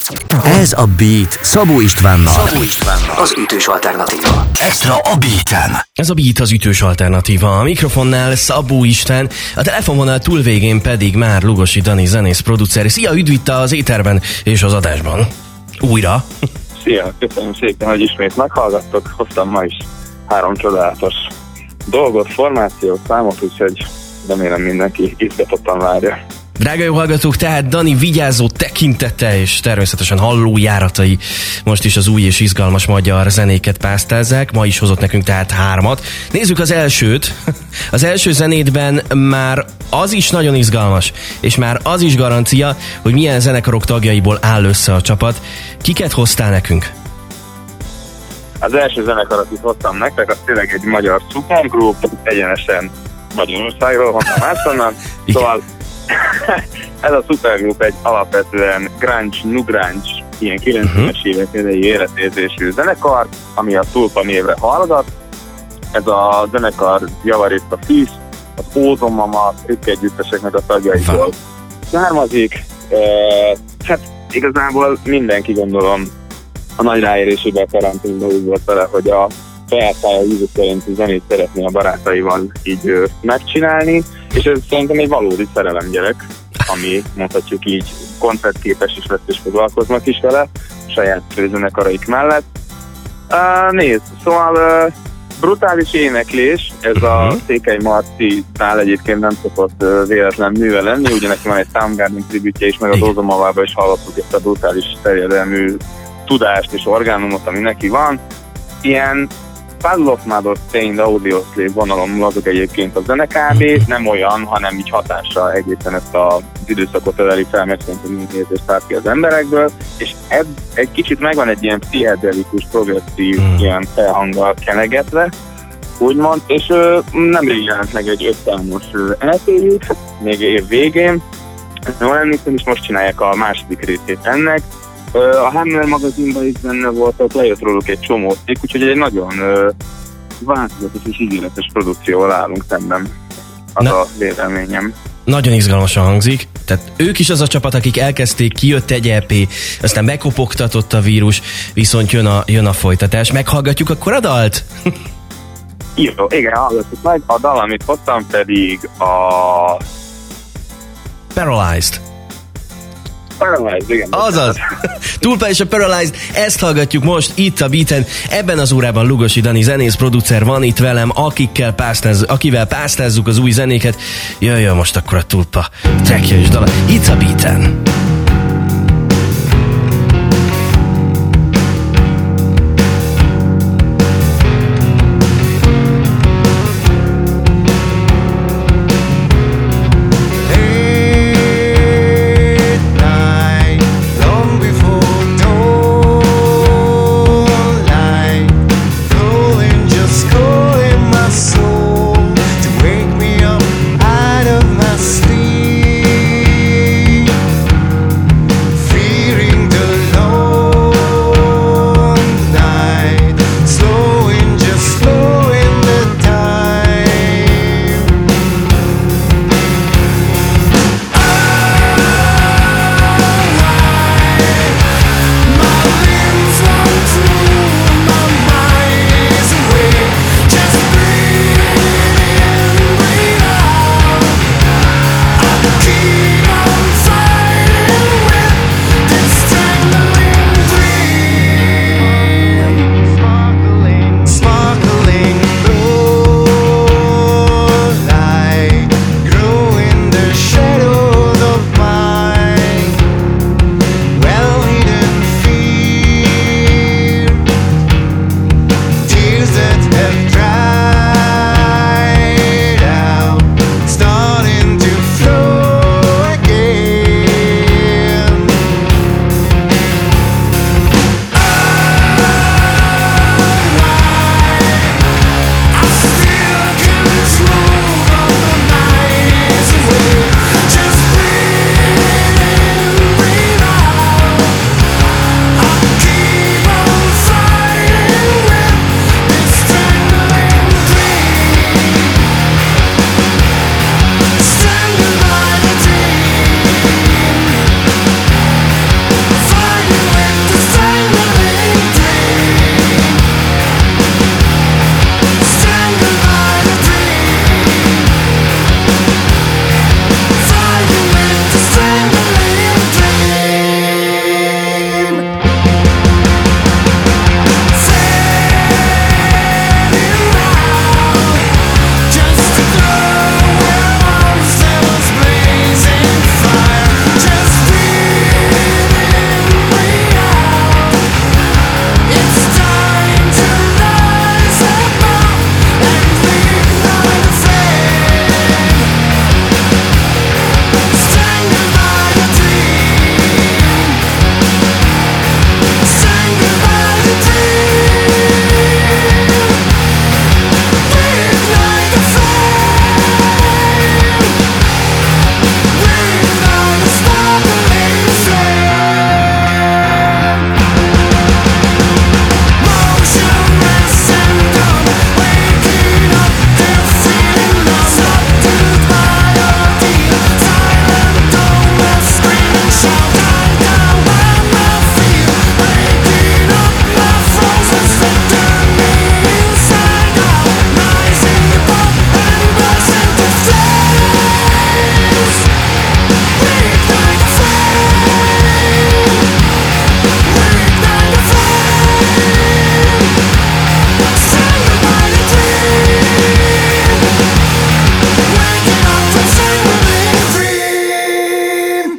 Ez a Beat Szabó Istvánnal. Az ütős alternatíva. Extra a Beaten. Ez a Beat az ütős alternatíva. A mikrofonnál Szabó István, a telefonvonal túlvégén pedig már Lugosi Dani zenész producer. Szia, üdv itt az éterben és az adásban. Újra. Szia, köszönöm szépen, hogy ismét meghallgattok. Hoztam ma is 3 csodálatos dolgot, formációt, számot, úgyhogy remélem mindenki izgatottan várja. Drága jó hallgatók, tehát Dani vigyázó tekintete és természetesen hallójáratai most is az új és izgalmas magyar zenéket pásztázzák. Ma is hozott nekünk tehát 3. Nézzük az elsőt. Az első zenétben már az is nagyon izgalmas, és már az is garancia, hogy milyen zenekarok tagjaiból áll össze a csapat. Kiket hoztál nekünk? Az első zenekar, akit hoztam nektek, az tényleg egy magyar supergroup, egyenesen Magyarországról, honnan máshonnan. Szóval ez a supergroup egy alapvetően grunge, new grunge, ilyen 90-es évek elejé életérzésű zenekar, ami a Tulpa névre hallgat. Ez a zenekar javarészt a Fűsz, az Ózomama, együtteseknek a tagjaiból származik. Hát igazából mindenki, gondolom, a nagy ráérésében a karanténban úgy volt vele, hogy a saját ízük szerinti zenét szeretné a barátaival így megcsinálni, és ez szerintem egy valódi szerelemgyerek, ami mondhatjuk így koncertképes is lett, és foglalkoznak is vele saját főzenekaraik mellett. Nézd, szóval brutális éneklés, ez a Székely Marcinál egyébként nem szokott véletlen műve lenni, ugye neki van egy Soundgarden tribütje is, meg az Ózomavában is hallottuk ezt a brutális terjedelmű tudást és orgánumot, ami neki van. Ilyen Puzzle of Mother Stained Audioslave vonalon mozog egyébként a zene kb. Nem olyan, hanem így hatással egészen ezt az időszakot öleli fel, mert szerintem mind érzést tart ki az emberekből, és egy kicsit megvan egy ilyen pszichedelikus, progresszív ilyen felhanggal kenegetve, úgymond, és nemrég jelent meg egy 5 számos LP-jük, még év végén, jól emlékszem, és most csinálják a második részét ennek. A Hammer magazinban is benne voltak, lejött róluk egy csomó cikk, úgyhogy egy nagyon változatos és ígéretes produkcióval állunk szemben. Az a véleményem. Nagyon izgalmasan hangzik. Tehát ők is az a csapat, akik elkezdték, kijött egy EP, aztán bekopogtatott a vírus, viszont jön a folytatás. Meghallgatjuk akkor a dalt? Jó, igen, hallgatjuk meg. A dal, amit hoztam pedig a... Paralyzed. Paralyzed, igen. Azaz. Tulpa és a Paralyzed, ezt hallgatjuk most itt a Beaten. Ebben az órában Lugosi Dani zenész producer van itt velem, akivel pásztázzuk az új zenéket. Jöjjön most akkor a Tulpa trackja és dala. Itt a Beaten. Wake me up out of my sleep.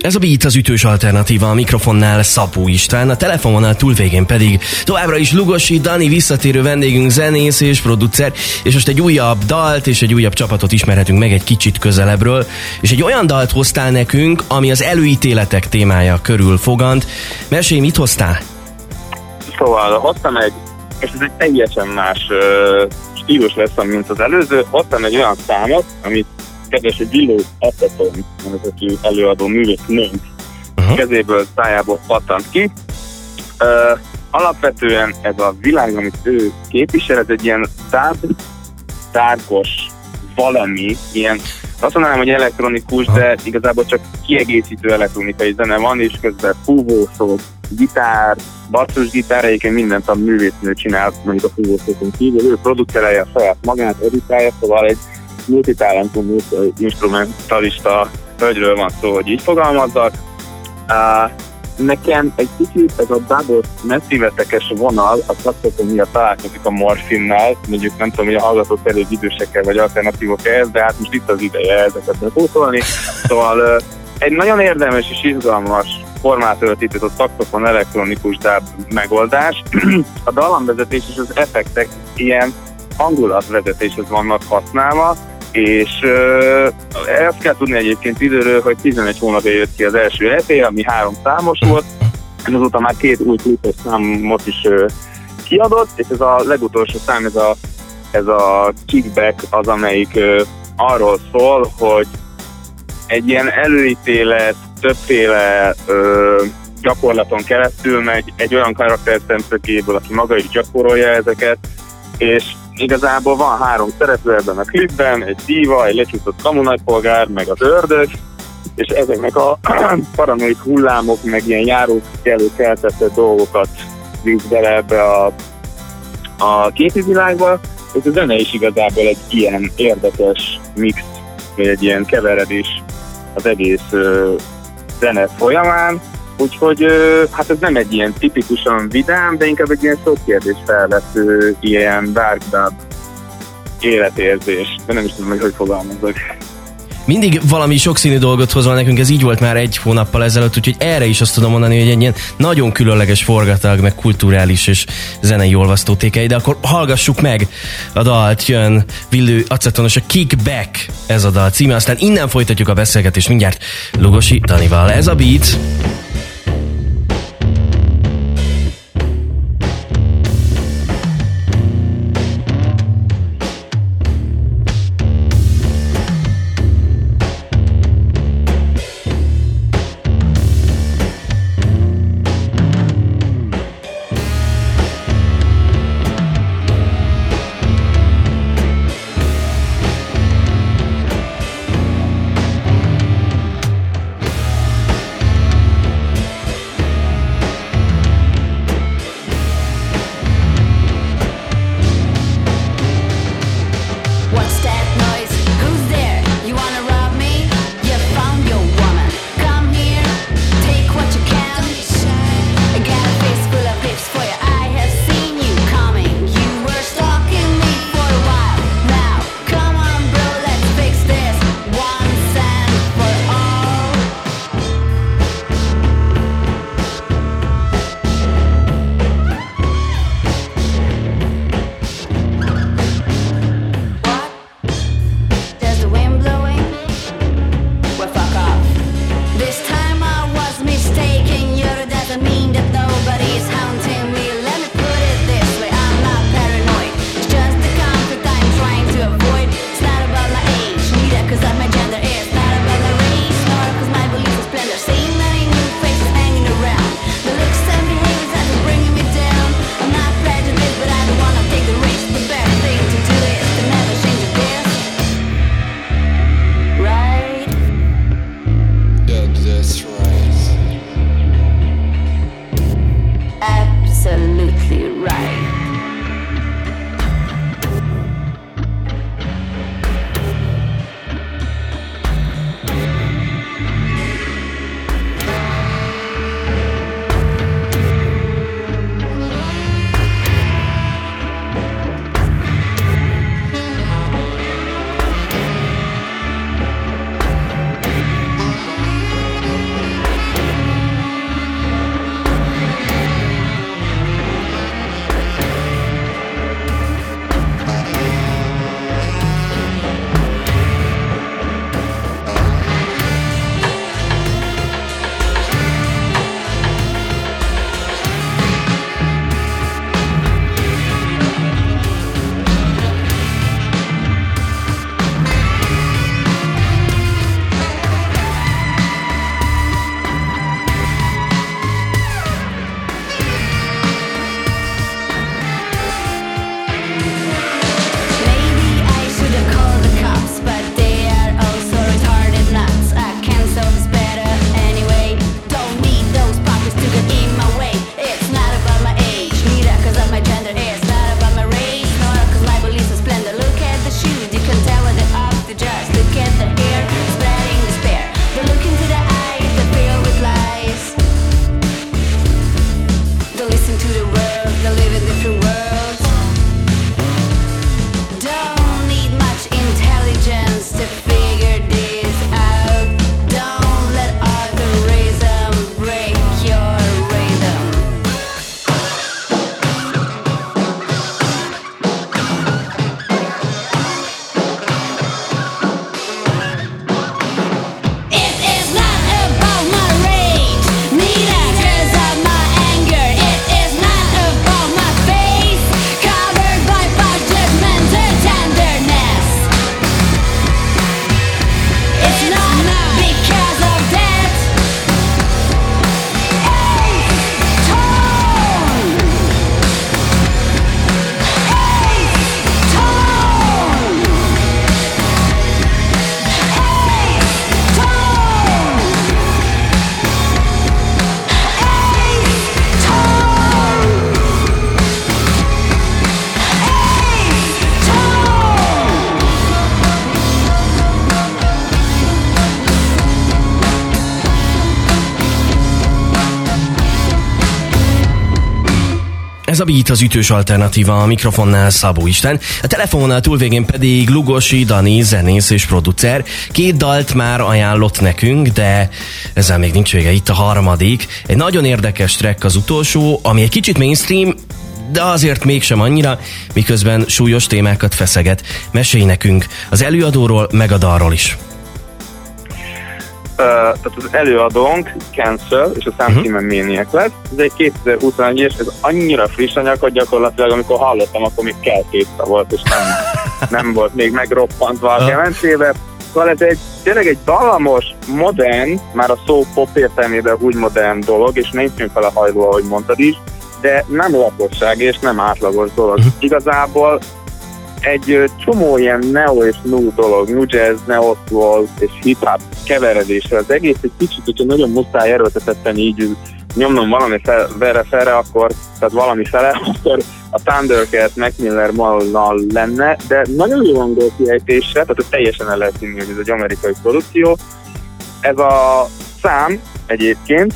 Ez a Beat az ütős alternatíva, a mikrofonnál Szabó István, a telefononál túlvégén pedig továbbra is Lugosi Dani, visszatérő vendégünk, zenész és producer, és most egy újabb dalt és egy újabb csapatot ismerhetünk meg egy kicsit közelebbről, és egy olyan dalt hoztál nekünk, ami az előítéletek témája körül fogant. Mesélj, mit hoztál? Szóval hoztam és ez egy teljesen más stílus lesz, mint az előző, hoztam egy olyan számot, amit kedves egy Villó Aceton nevezetű előadó művésznőnk kezéből, szájából pattant ki. Alapvetően ez a világ, amit ő képvisel, ez egy ilyen tárgos valami, ilyen, azt mondanám, hogy elektronikus, de igazából csak kiegészítő elektronikai zene van, és közben fúvószók, gitár, basszusgitár, egyébként mindent a művésznő csinál, mondjuk a fúvószókon kívül, ő producerálja saját magát, editálja, szóval egy multitalentum instrumentalista hölgyről van szó, hogy így fogalmazzak. Nekem egy kicsit ez a double messzívetekes vonal a szakszokon miatt találkozik a morfinnál, mondjuk nem tudom, hogy a hallgatók elég idősekkel vagy alternatívok ehhez, de hát most itt az ideje ezeket bepótolni. Szóval egy nagyon érdemes és izgalmas formát öltított szakszokon elektronikus dub megoldás. A dallamvezetés és az effektek ilyen hangulatvezetéshez vannak használva, és ezt kell tudni egyébként időről, hogy 11 hónapja jött ki az első EP, ami 3 számos volt, és azóta már 2 új klipes számot is kiadott, és ez a legutolsó szám, ez a Kickback az, amelyik arról szól, hogy egy ilyen előítélet, többféle gyakorlaton keresztül megy egy olyan karakter szemszögéből, aki maga is gyakorolja ezeket, és igazából van 3 szereplő ebben a klipben, egy díva, egy lecsúszott kamunagypolgár, meg az ördög, és ezeknek a paranoid hullámok, meg ilyen járókelő keltetett dolgokat visz bele ebbe a képi világba, és a zene is igazából egy ilyen érdekes mix, vagy egy ilyen keveredés az egész zene folyamán. Úgyhogy hát ez nem egy ilyen tipikusan vidám, de inkább egy ilyen sok kérdés felvető, ilyen dark dub életérzés. De nem is tudom, hogy fogalmazok. Mindig valami sokszínű dolgot hozol nekünk, ez így volt már 1 hónappal ezelőtt, úgyhogy erre is azt tudom mondani, hogy egy ilyen nagyon különleges forgatag, meg kulturális és zenei olvasztótékei, de akkor hallgassuk meg a dalt, jön Villó Acetonos, a Kickback, ez a dal címe, aztán innen folytatjuk a beszélgetést mindjárt Lugosi Danival. Ez a Beat. Ez a Beat, az ütős alternatíva, a mikrofonnál Szabó István, a telefonnal túlvégén pedig Lugosi Dani, zenész és producer. 2 dalt már ajánlott nekünk, de ezzel még nincs vége, itt a harmadik. Egy nagyon érdekes track az utolsó, ami egy kicsit mainstream, de azért mégsem annyira, miközben súlyos témákat feszeget. Mesélj nekünk az előadóról, meg a dalról is. Tehát az előadónk Cancel, és a számcíme Maniac lesz. Ez egy 2021, és ez annyira friss anyag, hogy gyakorlatilag amikor hallottam, akkor még keltészta volt, és nem volt még megroppantva a kemencébe. Szóval ez tényleg egy dallamos, modern, már a szó pop értelmében úgy modern dolog, és mainstream fele hajló, ahogy mondtad is, de nem lakosság és nem átlagos dolog. Igazából egy csomó ilyen neo és nu dolog, nu jazz, neo soul és hip-hop keveredésre. Az egész egy kicsit, hogyha nagyon muszáj erőltetetten így nyomnom valami felre, akkor, tehát valami fele, akkor a Thundercat Mac Miller Mallal lenne, de nagyon jó angol kiejtésre, tehát teljesen el lehet hinni, hogy ez egy amerikai produkció. Ez a szám egyébként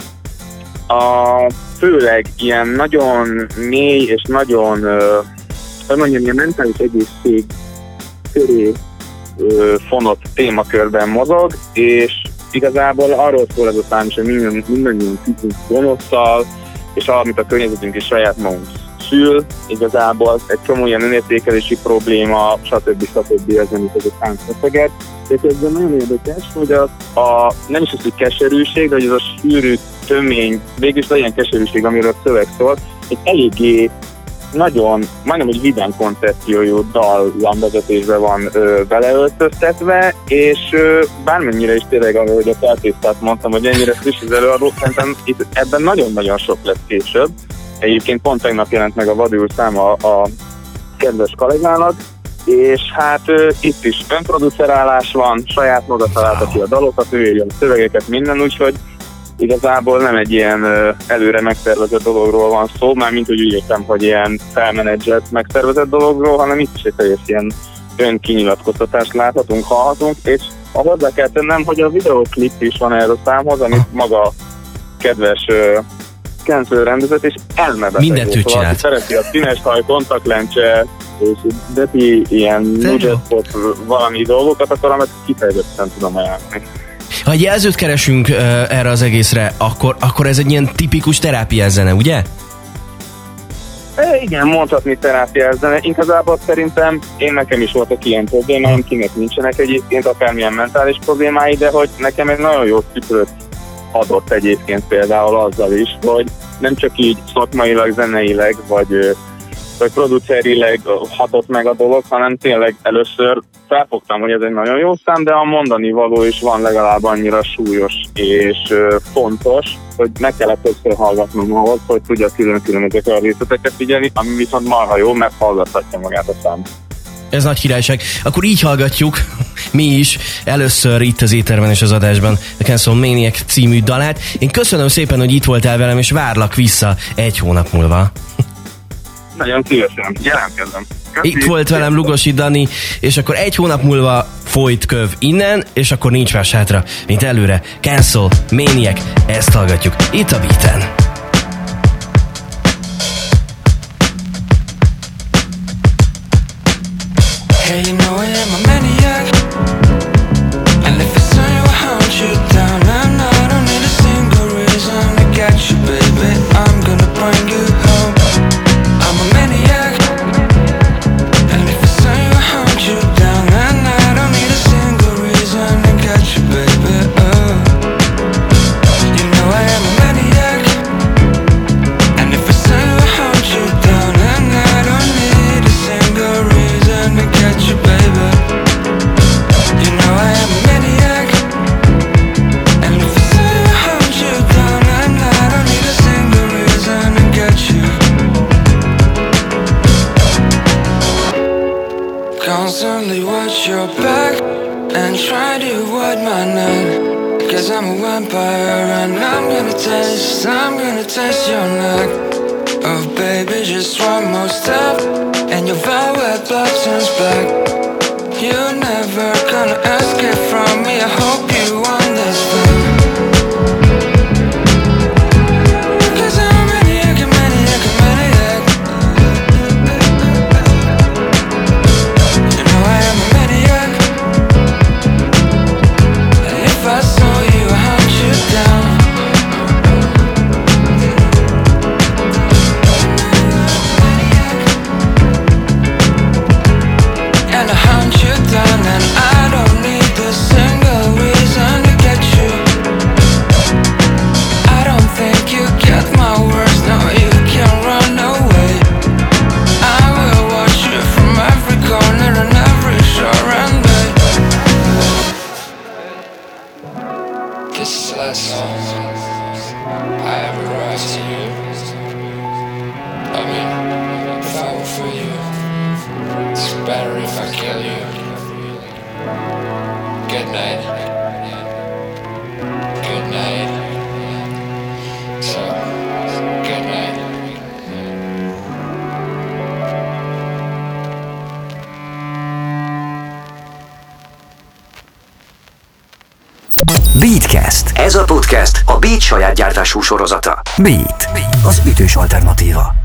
főleg ilyen nagyon mély és nagyon ilyen mentális egészség köré fonott témakörben mozog, és igazából arról szól ez a szám is, hogy mindannyian küzdünk gonoszszal, és amit a környezetünk is saját magunk szül, igazából egy csomó ilyen önértékelési probléma, stb. Ez nem is ez a szám feszeget. És ez nagyon érdekes, hogy nem is az, hogy keserűség, de hogy ez a sűrű, tömény, végülis legyen keserűség, amiről a szöveg szól, egy eléggé nagyon, majdnem egy vidám koncepciójú dallamvezetésben van beleöltöztetve, és bármennyire is tényleg, ahogy a feltésztát mondtam, hogy ennyire friss az előadó, szerintem itt ebben nagyon-nagyon sok lesz később. Egyébként pont tegnap jelent meg a vadul száma a kedves kollégának, és hát itt is önproducerálás van, saját maga találta ki a dalokat, ő írja a szövegeket, minden, úgyhogy igazából nem egy ilyen előre megtervezett dologról van szó, mármint úgy értem, hogy ilyen felmenedzselt megtervezett dologról, hanem itt is egy teljes ilyen önkinyilatkoztatást láthatunk, hallhatunk, és hozzá kell tennem, hogy a videóklip is van erről a számhoz, amit maga kedves Cancel rendezett, és elmebeteg. Mindent ő csinált. Szereti a színes haj, kontaktlencse, és deti ilyen nudgespot valami dolgokat, akkor amit kifejezetten tudom ajánlani. Ha egy jelzőt keresünk erre az egészre, akkor ez egy ilyen tipikus terápiás zene, ugye? Igen, mondhatni terápiás zene. Igazából szerintem nekem is voltak ilyen problémáim, kinek nincsenek egyébként akármilyen mentális problémái, de hogy nekem egy nagyon jó tükröt adott egyébként például azzal is, hogy nem csak így szakmailag, zeneileg, vagy producerileg hatott meg a dolog, hanem tényleg először felfogtam, hogy ez egy nagyon jó szám, de a mondani való is van legalább annyira súlyos és fontos, hogy meg kellett többször hallgatnom ahhoz, hogy tudja külön-külön ezeket a részleteket figyelni, ami viszont marha jó, mert hallgathatja magát a szám. Ez nagy királyság. Akkor így hallgatjuk mi is először itt az éterben és az adásban a Cancel Maniac című dalát. Én köszönöm szépen, hogy itt voltál velem, és várlak vissza 1 hónap múlva. Nagyon szívesen, jelentkezem. Itt volt velem Lugosi Dani, és akkor 1 hónap múlva folyt köv innen, és akkor nincs más hátra, mint előre. Cancel Maniac, ezt hallgatjuk itt a Beaten. Hey, you know I am a maniac, and if it's on you, I hunt you down. And I don't need a single reason to get you, baby. I'm gonna bring you home. I'm a maniac, and if it's on you, I hunt you down. And I don't need a single reason to get you, baby. You know I am a maniac, and if it's on you, I hunt you down. And I don't need a single reason to get you, baby. You know I am a maniac, and if it's on you, I hunt you down. And I don't need a single reason to get you. Constantly watch your back and try to avoid my name, 'cause I'm a vampire and I'm gonna taste your neck. Oh baby, just one more step and your velvet blood turns black. You're never gonna escape from me, I hope you understand. 'Cause I'm a maniac, a maniac, a maniac. kill you. Good night. Good night. So, good night. Beatcast. Ez a podcast a Beat saját gyártású sorozata. Beat, az ütős alternatíva.